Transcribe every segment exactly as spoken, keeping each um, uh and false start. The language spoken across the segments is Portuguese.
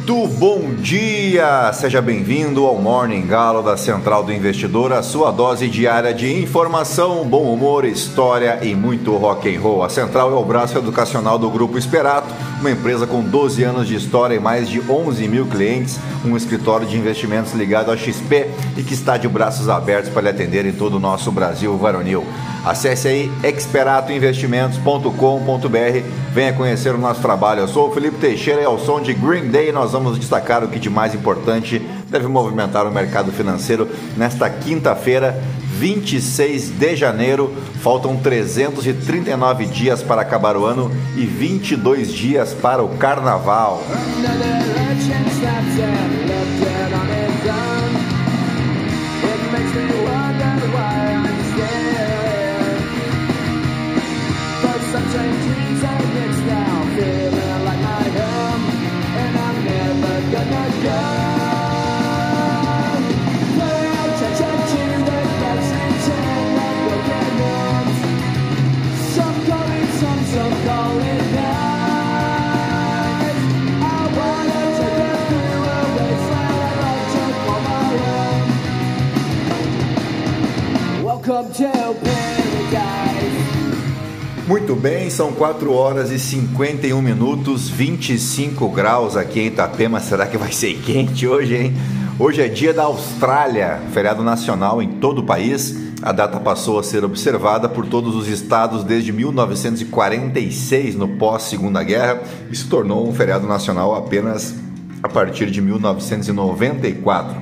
Muito bom dia! Seja bem-vindo ao Morning Galo da Central do Investidor, a sua dose diária de informação, bom humor, história e muito rock and roll. A Central é o braço educacional do Grupo Esperato, uma empresa com doze anos de história e mais de onze mil clientes, um escritório de investimentos ligado à X P e que está de braços abertos para lhe atender em todo o nosso Brasil varonil. Acesse aí experato investimentos ponto com ponto b r, venha conhecer o nosso trabalho. Eu sou o Felipe Teixeira e ao som de Green Day nós vamos destacar o que de mais importante deve movimentar o mercado financeiro nesta quinta-feira, vinte e seis de janeiro. Faltam trezentos e trinta e nove dias para acabar o ano e vinte e dois dias para o Carnaval. Muito bem, são quatro horas e cinquenta e um minutos, vinte e cinco graus aqui em Itapema. Será que vai ser quente hoje, hein? Hoje é dia da Austrália, feriado nacional em todo o país. A data passou a ser observada por todos os estados desde mil novecentos e quarenta e seis, no pós-Segunda Guerra, e se tornou um feriado nacional apenas a partir de mil novecentos e noventa e quatro.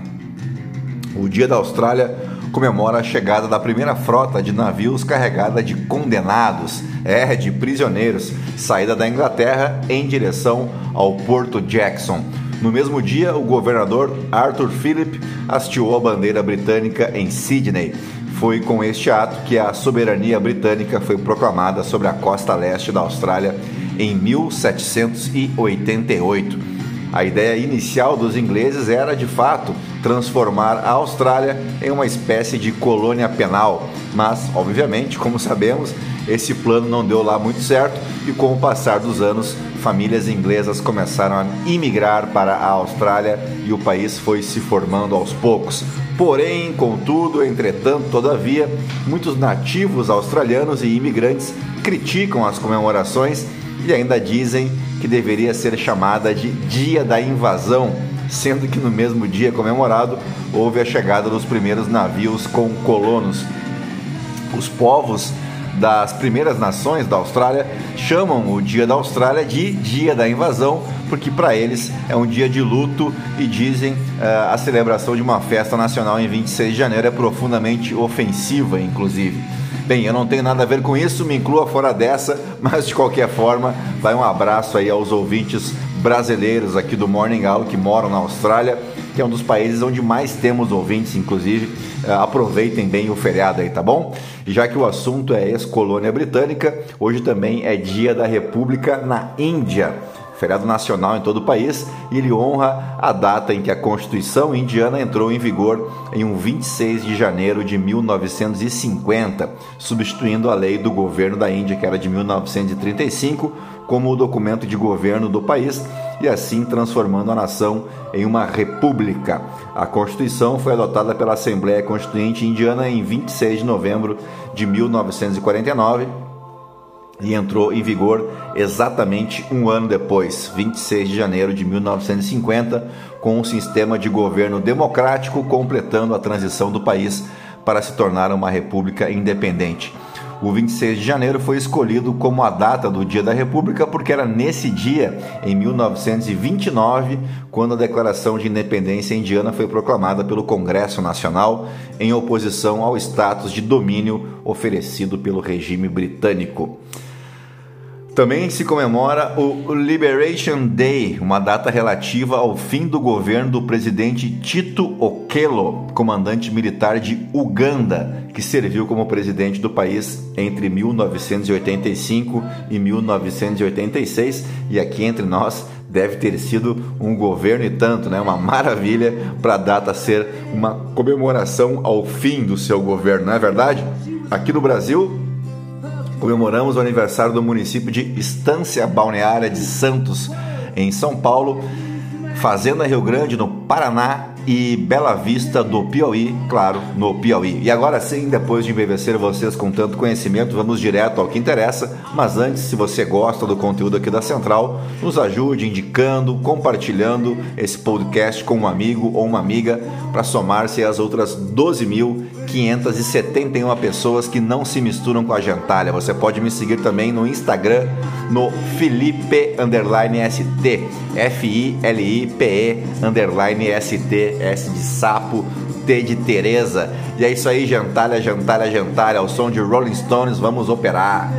O Dia da Austrália comemora a chegada da primeira frota de navios carregada de condenados, é, de prisioneiros, saída da Inglaterra em direção ao Porto Jackson. No mesmo dia, o governador Arthur Phillip hasteou a bandeira britânica em Sydney. Foi com este ato que a soberania britânica foi proclamada sobre a costa leste da Austrália em mil setecentos e oitenta e oito. A ideia inicial dos ingleses era, de fato, transformar a Austrália em uma espécie de colônia penal, mas, obviamente, como sabemos, esse plano não deu lá muito certo e, com o passar dos anos, famílias inglesas começaram a imigrar para a Austrália e o país foi se formando aos poucos. Porém, contudo, entretanto, todavia, muitos nativos australianos e imigrantes criticam as comemorações e ainda dizem que deveria ser chamada de Dia da Invasão, sendo que no mesmo dia comemorado houve a chegada dos primeiros navios com colonos. Os povos das primeiras nações da Austrália chamam o Dia da Austrália de Dia da Invasão, porque para eles é um dia de luto e dizem uh, a celebração de uma festa nacional em vinte e seis de janeiro é profundamente ofensiva, inclusive. Bem, eu não tenho nada a ver com isso, me inclua fora dessa, mas de qualquer forma, vai um abraço aí aos ouvintes brasileiros aqui do Morning Galo que moram na Austrália, que é um dos países onde mais temos ouvintes, inclusive. Uh, aproveitem bem o feriado aí, tá bom? E já que o assunto é ex-colônia britânica, hoje também é Dia da República na Índia, feriado nacional em todo o país, e ele honra a data em que a Constituição indiana entrou em vigor em um vinte e seis de janeiro de mil novecentos e cinquenta, substituindo a lei do governo da Índia, que era de mil novecentos e trinta e cinco, como o documento de governo do país, e assim transformando a nação em uma república. A Constituição foi adotada pela Assembleia Constituinte Indiana em vinte e seis de novembro de mil novecentos e quarenta e nove, e entrou em vigor exatamente um ano depois, vinte e seis de janeiro de mil novecentos e cinquenta, com um sistema de governo democrático, completando a transição do país para se tornar uma república independente. O vinte e seis de janeiro foi escolhido como a data do Dia da República porque era nesse dia, em mil novecentos e vinte e nove, quando a Declaração de Independência Indiana foi proclamada pelo Congresso Nacional em oposição ao status de domínio oferecido pelo regime britânico. Também se comemora o Liberation Day, uma data relativa ao fim do governo do presidente Tito Okello, comandante militar de Uganda, que serviu como presidente do país entre mil novecentos e oitenta e cinco e mil novecentos e oitenta e seis, e aqui entre nós deve ter sido um governo e tanto, né? Uma maravilha para a data ser uma comemoração ao fim do seu governo, não é verdade? Aqui no Brasil, comemoramos o aniversário do município de Estância Balneária de Santos, em São Paulo. Fazenda Rio Grande, no Paraná, e Bela Vista do Piauí, claro, no Piauí. E agora sim, depois de embevecer vocês com tanto conhecimento, vamos direto ao que interessa. Mas antes, se você gosta do conteúdo aqui da Central, nos ajude indicando, compartilhando esse podcast com um amigo ou uma amiga para somar-se às outras doze mil quinhentas e setenta e uma pessoas que não se misturam com a gentalha. Você pode me seguir também no Instagram, no Felipe underline S T, F I L I P E underline S T, S de sapo, T de Teresa. E é isso aí, gentalha, gentalha, gentalha. Ao som de Rolling Stones, vamos operar.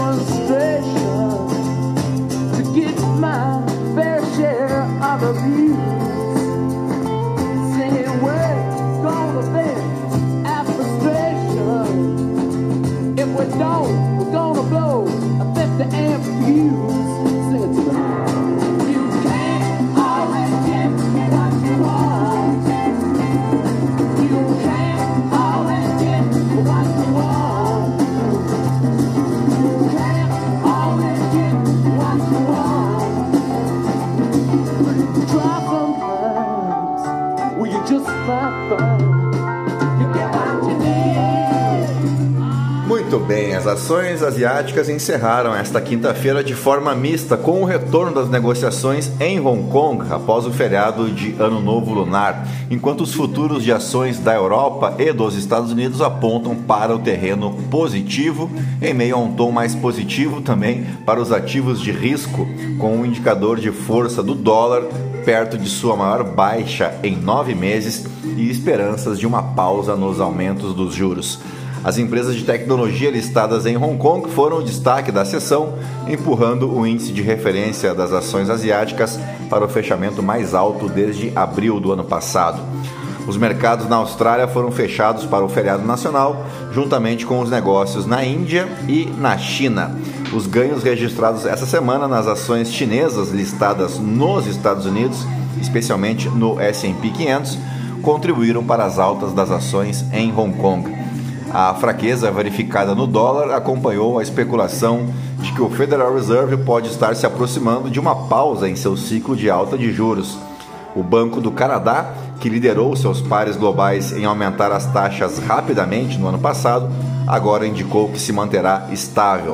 Muito bem, as ações asiáticas encerraram esta quinta-feira de forma mista com o retorno das negociações em Hong Kong após o feriado de Ano Novo Lunar, enquanto os futuros de ações da Europa e dos Estados Unidos apontam para o terreno positivo, em meio a um tom mais positivo também para os ativos de risco, com o indicador de força do dólar perto de sua maior baixa em nove meses e esperanças de uma pausa nos aumentos dos juros. As empresas de tecnologia listadas em Hong Kong foram o destaque da sessão, empurrando o índice de referência das ações asiáticas para o fechamento mais alto desde abril do ano passado. Os mercados na Austrália foram fechados para o feriado nacional, juntamente com os negócios na Índia e na China. Os ganhos registrados essa semana nas ações chinesas listadas nos Estados Unidos, especialmente no S and P quinhentos, contribuíram para as altas das ações em Hong Kong. A fraqueza verificada no dólar acompanhou a especulação de que o Federal Reserve pode estar se aproximando de uma pausa em seu ciclo de alta de juros. O Banco do Canadá, que liderou seus pares globais em aumentar as taxas rapidamente no ano passado, agora indicou que se manterá estável.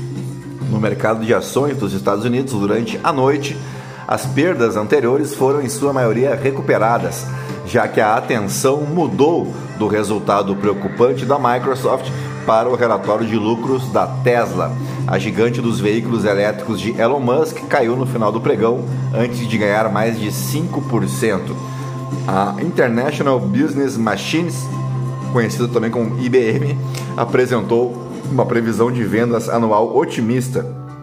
No mercado de ações dos Estados Unidos, durante a noite, as perdas anteriores foram em sua maioria recuperadas, já que a atenção mudou do resultado preocupante da Microsoft para o relatório de lucros da Tesla. A gigante dos veículos elétricos de Elon Musk caiu no final do pregão antes de ganhar mais de cinco por cento. A International Business Machines, conhecida também como I B M, apresentou uma previsão de vendas anual otimista,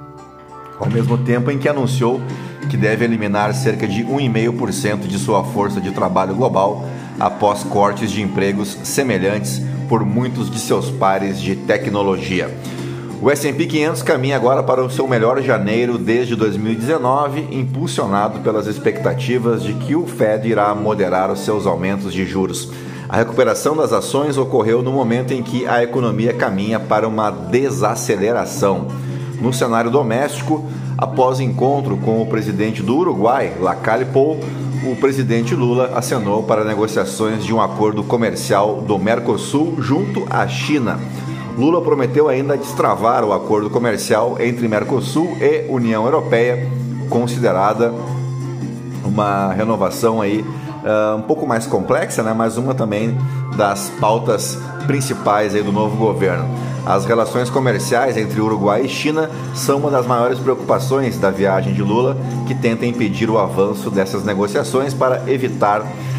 ao mesmo tempo em que anunciou que deve eliminar cerca de um vírgula cinco por cento de sua força de trabalho global após cortes de empregos semelhantes por muitos de seus pares de tecnologia. O S and P quinhentos caminha agora para o seu melhor janeiro desde dois mil e dezenove, impulsionado pelas expectativas de que o Fed irá moderar os seus aumentos de juros. A recuperação das ações ocorreu no momento em que a economia caminha para uma desaceleração. No cenário doméstico, após encontro com o presidente do Uruguai, Lacalle Pou, o presidente Lula acenou para negociações de um acordo comercial do Mercosul junto à China. Lula prometeu ainda destravar o acordo comercial entre Mercosul e União Europeia, considerada uma renovação aí uh, um pouco mais complexa, né? Mas uma também das pautas principais aí do novo governo. As relações comerciais entre Uruguai e China são uma das maiores preocupações da viagem de Lula, que tenta impedir o avanço dessas negociações para evitar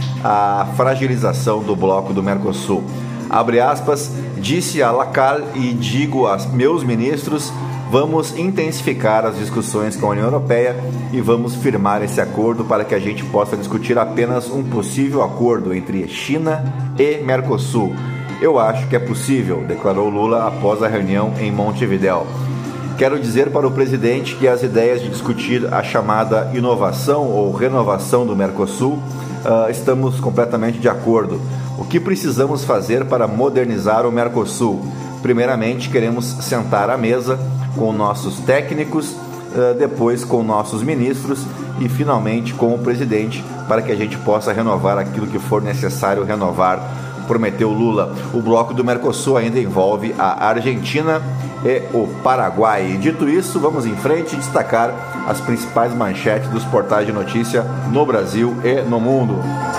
a fragilização do bloco do Mercosul. Abre aspas, disse a Lacalle e digo a meus ministros, vamos intensificar as discussões com a União Europeia e vamos firmar esse acordo para que a gente possa discutir apenas um possível acordo entre China e Mercosul. Eu acho que é possível, declarou Lula após a reunião em Montevidéu. Quero dizer para o presidente que as ideias de discutir a chamada inovação ou renovação do Mercosul, uh, estamos completamente de acordo. O que precisamos fazer para modernizar o Mercosul? Primeiramente, queremos sentar à mesa com nossos técnicos depois com nossos ministros e finalmente com o presidente, para que a gente possa renovar aquilo que for necessário renovar, prometeu Lula. O bloco do Mercosul ainda envolve a Argentina e o Paraguai. Dito isso, vamos em frente destacar as principais manchetes dos portais de notícia no Brasil e no mundo.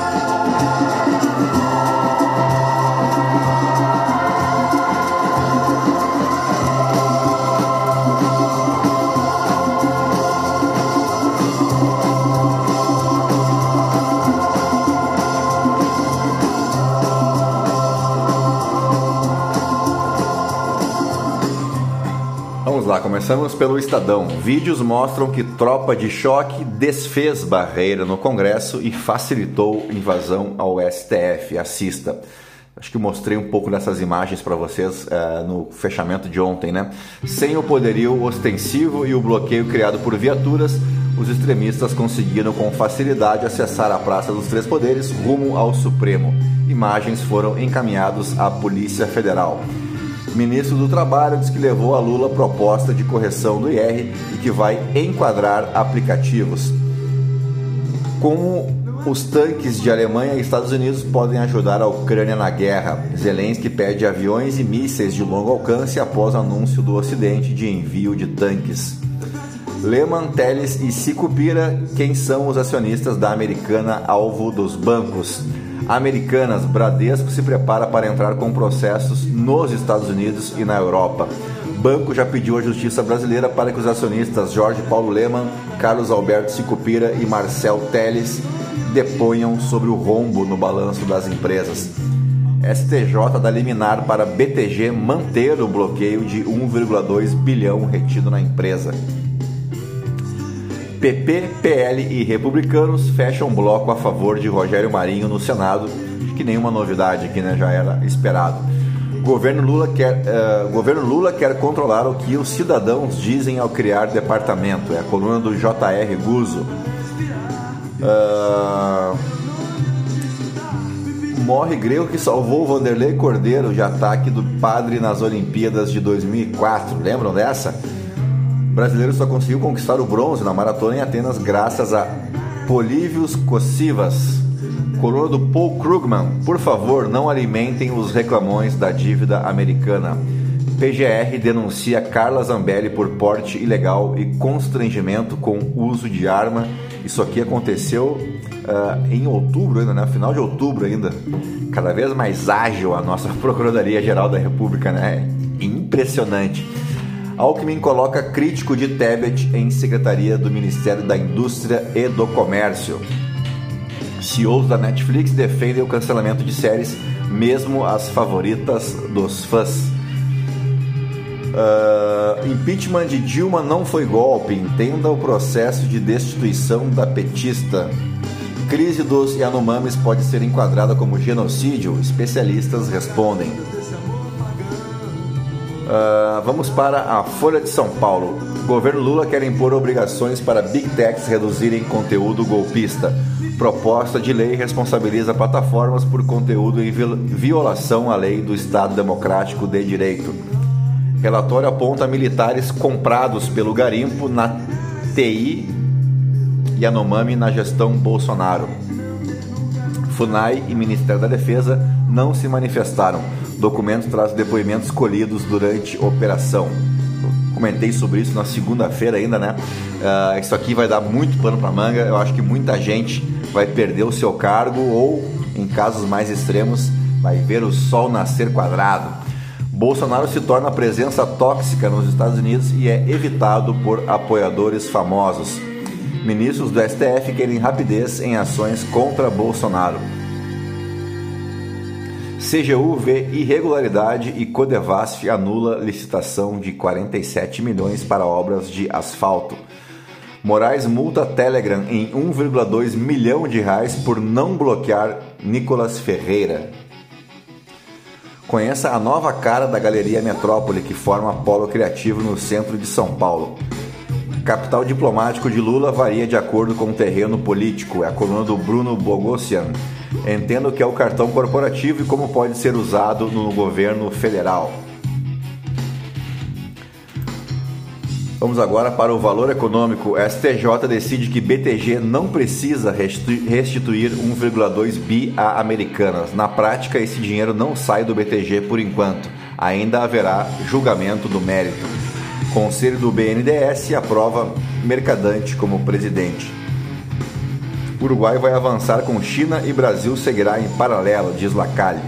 Lá, começamos pelo Estadão. Vídeos mostram que tropa de choque desfez barreira no Congresso e facilitou invasão ao S T F. Assista. Acho que mostrei um pouco dessas imagens para vocês uh, no fechamento de ontem, né? Sem o poderio ostensivo e o bloqueio criado por viaturas, os extremistas conseguiram com facilidade acessar a Praça dos Três Poderes rumo ao Supremo. Imagens foram encaminhadas à Polícia Federal. Ministro do Trabalho diz que levou a Lula proposta de correção do I R e que vai enquadrar aplicativos. Como os tanques de Alemanha e Estados Unidos podem ajudar a Ucrânia na guerra? Zelensky pede aviões e mísseis de longo alcance após anúncio do Ocidente de envio de tanques. Lehman, Teles e Sicupira, quem são os acionistas da Americana alvo dos bancos? Americanas, Bradesco se prepara para entrar com processos nos Estados Unidos e na Europa. Banco já pediu à Justiça Brasileira para que os acionistas Jorge Paulo Lehman, Carlos Alberto Sicupira e Marcel Teles deponham sobre o rombo no balanço das empresas. S T J dá liminar para B T G manter o bloqueio de um vírgula dois bilhão retido na empresa. P P, P L e republicanos fecham bloco a favor de Rogério Marinho no Senado. Acho que nenhuma novidade aqui, né? Já era esperado. Governo Lula quer, uh, governo Lula quer controlar o que os cidadãos dizem ao criar departamento. É a coluna do J R Guzzo. Uh, morre grego que salvou Vanderlei Cordeiro de ataque do padre nas Olimpíadas de dois mil e quatro. Lembram dessa? O brasileiro só conseguiu conquistar o bronze na maratona em Atenas graças a Polívios Cossivas. Coluna do Paul Krugman. Por favor, não alimentem os reclamões da dívida americana. P G R denuncia Carla Zambelli por porte ilegal e constrangimento com uso de arma. Isso aqui aconteceu uh, em outubro ainda, né? Final de outubro ainda. Cada vez mais ágil a nossa Procuradoria-Geral da República, né? Impressionante. Alckmin coloca crítico de Tebet em secretaria do Ministério da Indústria e do Comércio. C E Os da Netflix defendem o cancelamento de séries, mesmo as favoritas dos fãs. Uh, impeachment de Dilma não foi golpe, entenda o processo de destituição da petista. Crise dos Yanomamis pode ser enquadrada como genocídio, especialistas respondem. Uh, vamos para a Folha de São Paulo. Governo Lula quer impor obrigações para Big Techs reduzirem conteúdo golpista. Proposta de lei responsabiliza plataformas por conteúdo em violação à lei do Estado Democrático de Direito. Relatório aponta militares comprados pelo garimpo na T I Yanomami na gestão Bolsonaro. FUNAI e Ministério da Defesa não se manifestaram. Documento traz depoimentos colhidos durante operação. Eu comentei sobre isso na segunda-feira ainda, né? Uh, isso aqui vai dar muito pano para manga. Eu acho que muita gente vai perder o seu cargo ou, em casos mais extremos, vai ver o sol nascer quadrado. Bolsonaro se torna presença tóxica nos Estados Unidos e é evitado por apoiadores famosos. Ministros do S T F querem rapidez em ações contra Bolsonaro. C G U vê irregularidade e Codevasf anula licitação de quarenta e sete milhões para obras de asfalto. Moraes multa Telegram em um vírgula dois milhão de reais por não bloquear Nicolas Ferreira. Conheça a nova cara da Galeria Metrópole, que forma polo criativo no centro de São Paulo. Capital diplomático de Lula varia de acordo com o terreno político. É a coluna do Bruno Bogossian. Entenda o que é o cartão corporativo e como pode ser usado no governo federal. Vamos agora para o valor econômico. S T J decide que B T G não precisa restituir um vírgula dois bi a Americanas. Na prática, esse dinheiro não sai do B T G por enquanto. Ainda haverá julgamento do mérito. Conselho do B N D E S aprova Mercadante como presidente. Uruguai vai avançar com China e Brasil seguirá em paralelo, diz Lacalle.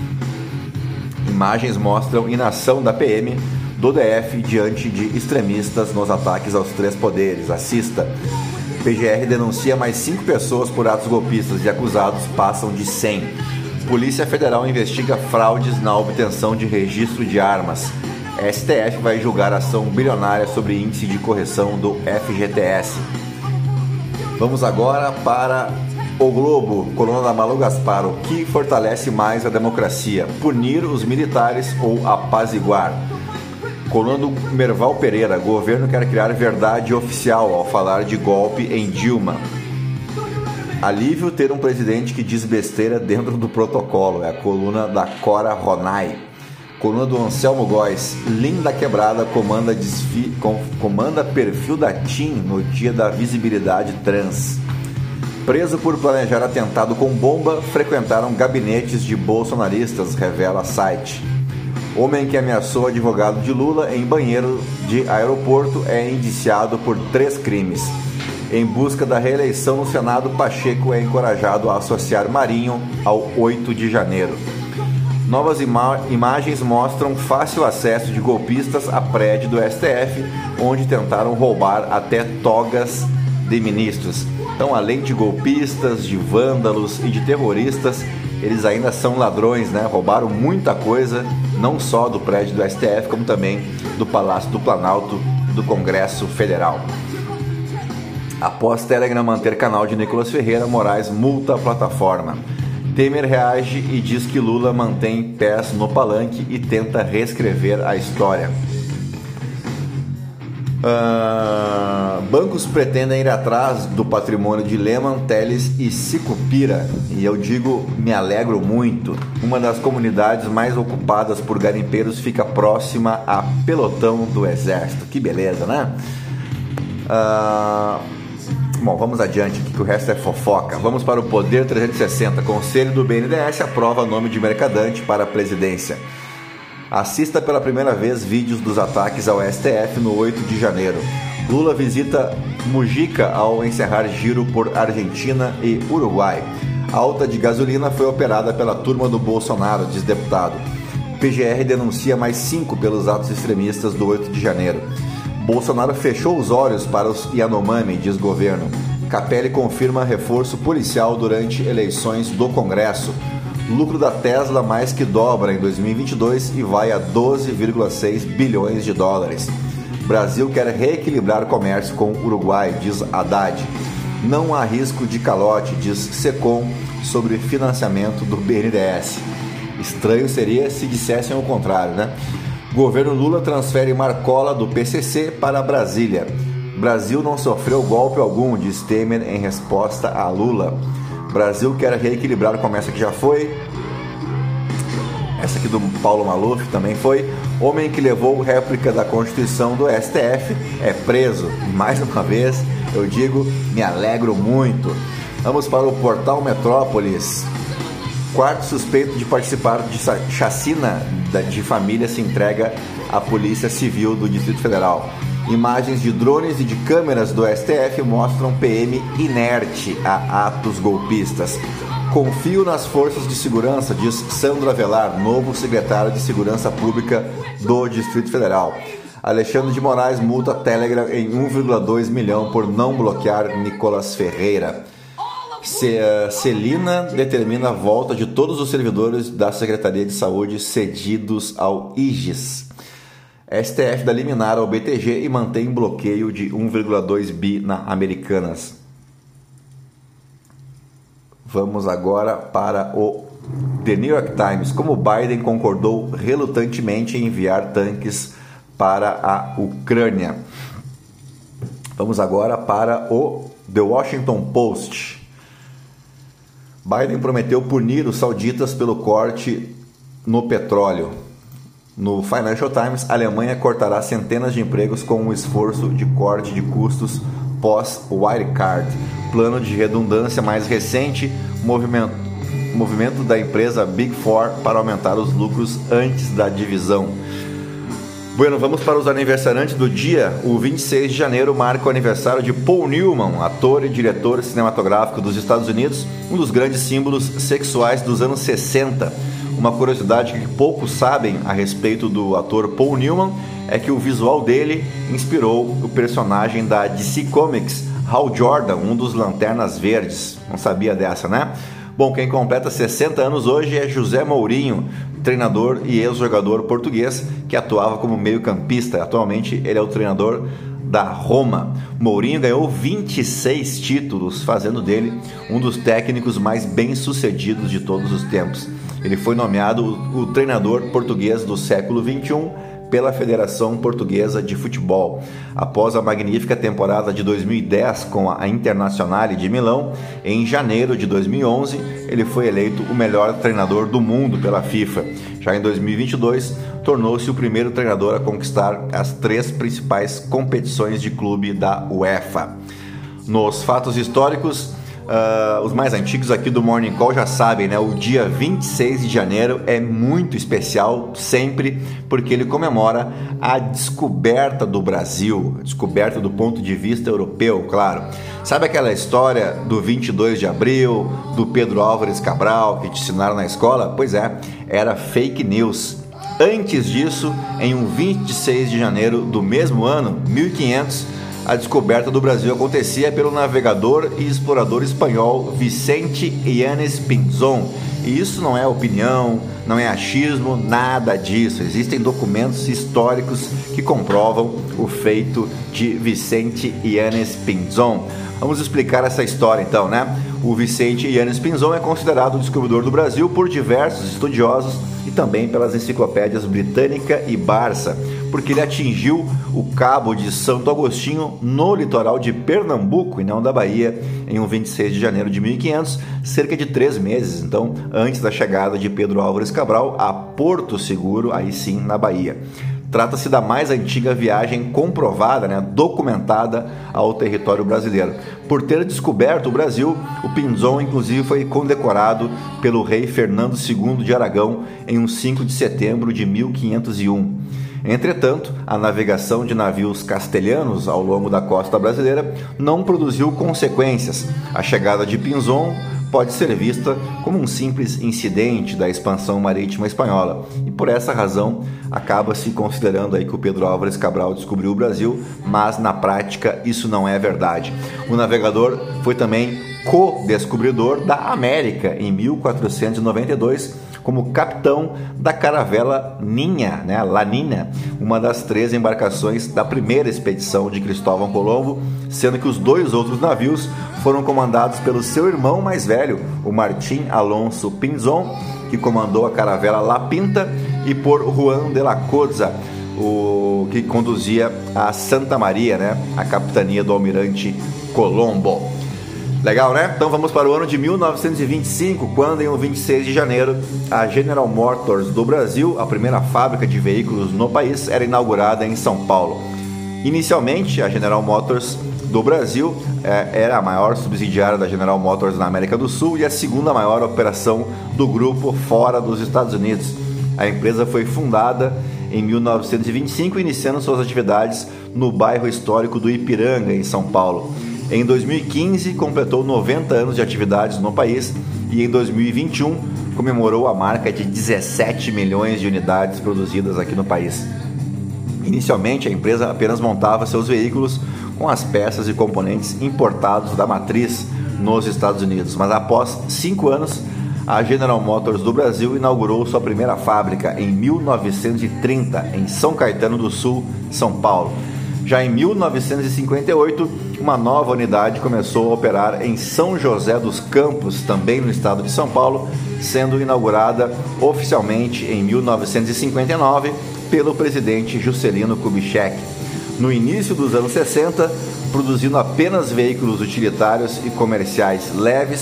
Imagens mostram inação da P M do D F diante de extremistas nos ataques aos três poderes. Assista. P G R denuncia mais cinco pessoas por atos golpistas e acusados passam de cem. Polícia Federal investiga fraudes na obtenção de registro de armas. S T F vai julgar ação bilionária sobre índice de correção do F G T S. Vamos agora para O Globo, coluna da Malu Gaspar. O que fortalece mais a democracia? Punir os militares ou apaziguar? Coluna do Merval Pereira. Governo quer criar verdade oficial ao falar de golpe em Dilma. Alívio ter um presidente que diz besteira dentro do protocolo. É a coluna da Cora Ronay. Coluna do Anselmo Góes. Linda Quebrada comanda, desfi... comanda perfil da TIM no dia da visibilidade trans. Preso por planejar atentado com bomba, frequentaram gabinetes de bolsonaristas, revela site. Homem que ameaçou advogado de Lula em banheiro de aeroporto é indiciado por três crimes. Em busca da reeleição no Senado, Pacheco é encorajado a associar Marinho ao oito de janeiro. Novas ima- imagens mostram fácil acesso de golpistas a prédio do S T F, onde tentaram roubar até togas de ministros. Então, além de golpistas, de vândalos e de terroristas, eles ainda são ladrões, né? Roubaram muita coisa, não só do prédio do S T F, como também do Palácio do Planalto do Congresso Federal. Após Telegram manter canal de Nicolas Ferreira, Moraes multa a plataforma. Temer reage e diz que Lula mantém pés no palanque e tenta reescrever a história. Uh, bancos pretendem ir atrás do patrimônio de Lehman, Teles e Sicupira, e eu digo, me alegro muito. Uma das comunidades mais ocupadas por garimpeiros fica próxima a pelotão do exército. Que beleza, né? Uh, bom, vamos adiante aqui que o resto é fofoca. Vamos para o Poder trezentos e sessenta. Conselho do B N D E S aprova nome de Mercadante para a presidência. Assista pela primeira vez vídeos dos ataques ao S T F no oito de janeiro. Lula visita Mujica ao encerrar giro por Argentina e Uruguai. A alta de gasolina foi operada pela turma do Bolsonaro, diz deputado. P G R denuncia mais cinco pelos atos extremistas do oito de janeiro. Bolsonaro fechou os olhos para os Yanomami, diz governo. Capelli confirma reforço policial durante eleições do Congresso. Lucro da Tesla mais que dobra em dois mil e vinte e dois e vai a doze vírgula seis bilhões de dólares. Brasil quer reequilibrar o comércio com o Uruguai, diz Haddad. Não há risco de calote, diz Secom, sobre financiamento do B N D E S. Estranho seria se dissessem o contrário, né? Governo Lula transfere Marcola do P C C para Brasília. Brasil não sofreu golpe algum, diz Temer em resposta a Lula. Brasil quer reequilibrar o comércio, que já foi. Essa aqui do Paulo Maluf também foi. Homem que levou réplica da Constituição do S T F é preso. Mais uma vez, eu digo, me alegro muito. Vamos para o portal Metrópolis. Quarto suspeito de participar de chacina de família se entrega à Polícia Civil do Distrito Federal. Imagens de drones e de câmeras do S T F mostram P M inerte a atos golpistas. Confio nas forças de segurança, diz Sandro Avelar, novo secretário de Segurança Pública do Distrito Federal. Alexandre de Moraes multa Telegram em um vírgula dois milhão por não bloquear Nicolas Ferreira. Celina determina a volta de todos os servidores da Secretaria de Saúde cedidos ao I G E S. S T F dá liminar ao B T G e mantém bloqueio de um vírgula dois bi na Americanas. Vamos agora para o The New York Times. Como Biden concordou relutantemente em enviar tanques para a Ucrânia. Vamos agora para o The Washington Post. Biden prometeu punir os sauditas pelo corte no petróleo. No Financial Times, a Alemanha cortará centenas de empregos com um esforço de corte de custos pós-wildcard. Plano de redundância mais recente, movimento, movimento da empresa Big Four para aumentar os lucros antes da divisão. Bueno, vamos para os aniversariantes do dia. O vinte e seis de janeiro marca o aniversário de Paul Newman, ator e diretor cinematográfico dos Estados Unidos, um dos grandes símbolos sexuais dos anos sessenta. Uma curiosidade que poucos sabem a respeito do ator Paul Newman é que o visual dele inspirou o personagem da D C Comics, Hal Jordan, um dos Lanternas Verdes. Não sabia dessa, né? Bom, quem completa sessenta anos hoje é José Mourinho, treinador e ex-jogador português que atuava como meio-campista. Atualmente ele é o treinador da Roma. Mourinho ganhou vinte e seis títulos, fazendo dele um dos técnicos mais bem-sucedidos de todos os tempos. Ele foi nomeado o treinador português do século vinte e um pela Federação Portuguesa de Futebol. Após a magnífica temporada de dois mil e dez com a Internazionale de Milão, em janeiro de dois mil e onze, ele foi eleito o melhor treinador do mundo pela FIFA. Já em dois mil e vinte e dois, tornou-se o primeiro treinador a conquistar as três principais competições de clube da UEFA. Nos fatos históricos, Uh, os mais antigos aqui do Morning Call já sabem, né? O dia vinte e seis de janeiro é muito especial sempre porque ele comemora a descoberta do Brasil, a descoberta do ponto de vista europeu, claro. Sabe aquela história do vinte e dois de abril, do Pedro Álvares Cabral que te ensinaram na escola? Pois é, era fake news. Antes disso, em um vinte e seis de janeiro do mesmo ano, mil e quinhentos, a descoberta do Brasil acontecia pelo navegador e explorador espanhol Vicente Yanes Pinzón. E isso não é opinião, não é achismo, nada disso. Existem documentos históricos que comprovam o feito de Vicente Yanes Pinzón. Vamos explicar essa história então, né? O Vicente Yanes Pinzón é considerado o descobridor do Brasil por diversos estudiosos e também pelas enciclopédias Britânica e Barça, porque ele atingiu o Cabo de Santo Agostinho no litoral de Pernambuco e não da Bahia em um vinte e seis de janeiro de mil e quinhentos, cerca de três meses, então, antes da chegada de Pedro Álvares Cabral a Porto Seguro, aí sim, na Bahia. Trata-se da mais antiga viagem comprovada, né, documentada ao território brasileiro. Por ter descoberto o Brasil, o Pinzón, inclusive, foi condecorado pelo rei Fernando segundo de Aragão em um cinco de setembro de mil quinhentos e um. Entretanto, a navegação de navios castelhanos ao longo da costa brasileira não produziu consequências. A chegada de Pinzón pode ser vista como um simples incidente da expansão marítima espanhola e por essa razão acaba-se considerando aí que o Pedro Álvares Cabral descobriu o Brasil, mas na prática isso não é verdade. O navegador foi também co-descobridor da América em mil quatrocentos e noventa e dois como capitão da caravela Ninha, né, La Nina, uma das três embarcações da primeira expedição de Cristóvão Colombo, sendo que os dois outros navios foram comandados pelo seu irmão mais velho, o Martim Alonso Pinzón, que comandou a caravela La Pinta, e por Juan de la Cosa, o que conduzia a Santa Maria, né, a capitania do almirante Colombo. Legal, né? Então vamos para o ano de mil novecentos e vinte e cinco, quando em um vinte e seis de janeiro, a General Motors do Brasil, a primeira fábrica de veículos no país, era inaugurada em São Paulo. Inicialmente, a General Motors do Brasil é, era a maior subsidiária da General Motors na América do Sul e a segunda maior operação do grupo fora dos Estados Unidos. A empresa foi fundada em mil novecentos e vinte e cinco, iniciando suas atividades no bairro histórico do Ipiranga, em São Paulo. Em dois mil e quinze, completou noventa anos de atividades no país e em dois mil e vinte e um comemorou a marca de dezessete milhões de unidades produzidas aqui no país. Inicialmente, a empresa apenas montava seus veículos com as peças e componentes importados da matriz nos Estados Unidos, mas após cinco anos, a General Motors do Brasil inaugurou sua primeira fábrica em mil novecentos e trinta, em São Caetano do Sul, São Paulo. Já em mil novecentos e cinquenta e oito, uma nova unidade começou a operar em São José dos Campos, também no estado de São Paulo, sendo inaugurada oficialmente em mil novecentos e cinquenta e nove pelo presidente Juscelino Kubitschek. No início dos anos sessenta, produzindo apenas veículos utilitários e comerciais leves,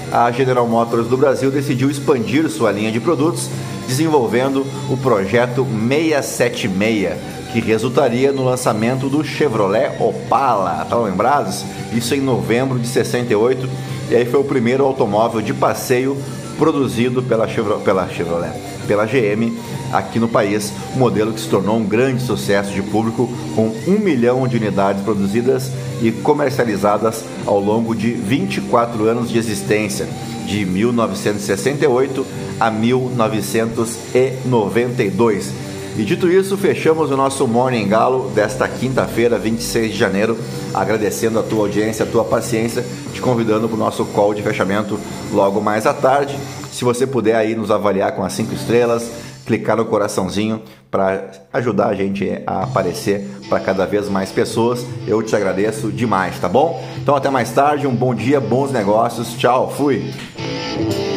a General Motors do Brasil decidiu expandir sua linha de produtos, desenvolvendo o projeto seiscentos e setenta e seis, que resultaria no lançamento do Chevrolet Opala. Estão lembrados? Isso em novembro de sessenta e oito, e aí foi o primeiro automóvel de passeio produzido pela Chevrolet, pela Chevrolet, pela G M aqui no país, um modelo que se tornou um grande sucesso de público, com um milhão de unidades produzidas e comercializadas ao longo de vinte e quatro anos de existência, de mil novecentos e sessenta e oito a mil novecentos e noventa e dois. E dito isso, fechamos o nosso Morning Galo desta quinta-feira, vinte e seis de janeiro, agradecendo a tua audiência, a tua paciência, te convidando para o nosso call de fechamento logo mais à tarde. Se você puder aí nos avaliar com as cinco estrelas, clicar no coraçãozinho para ajudar a gente a aparecer para cada vez mais pessoas, eu te agradeço demais, tá bom? Então até mais tarde, um bom dia, bons negócios, tchau, fui!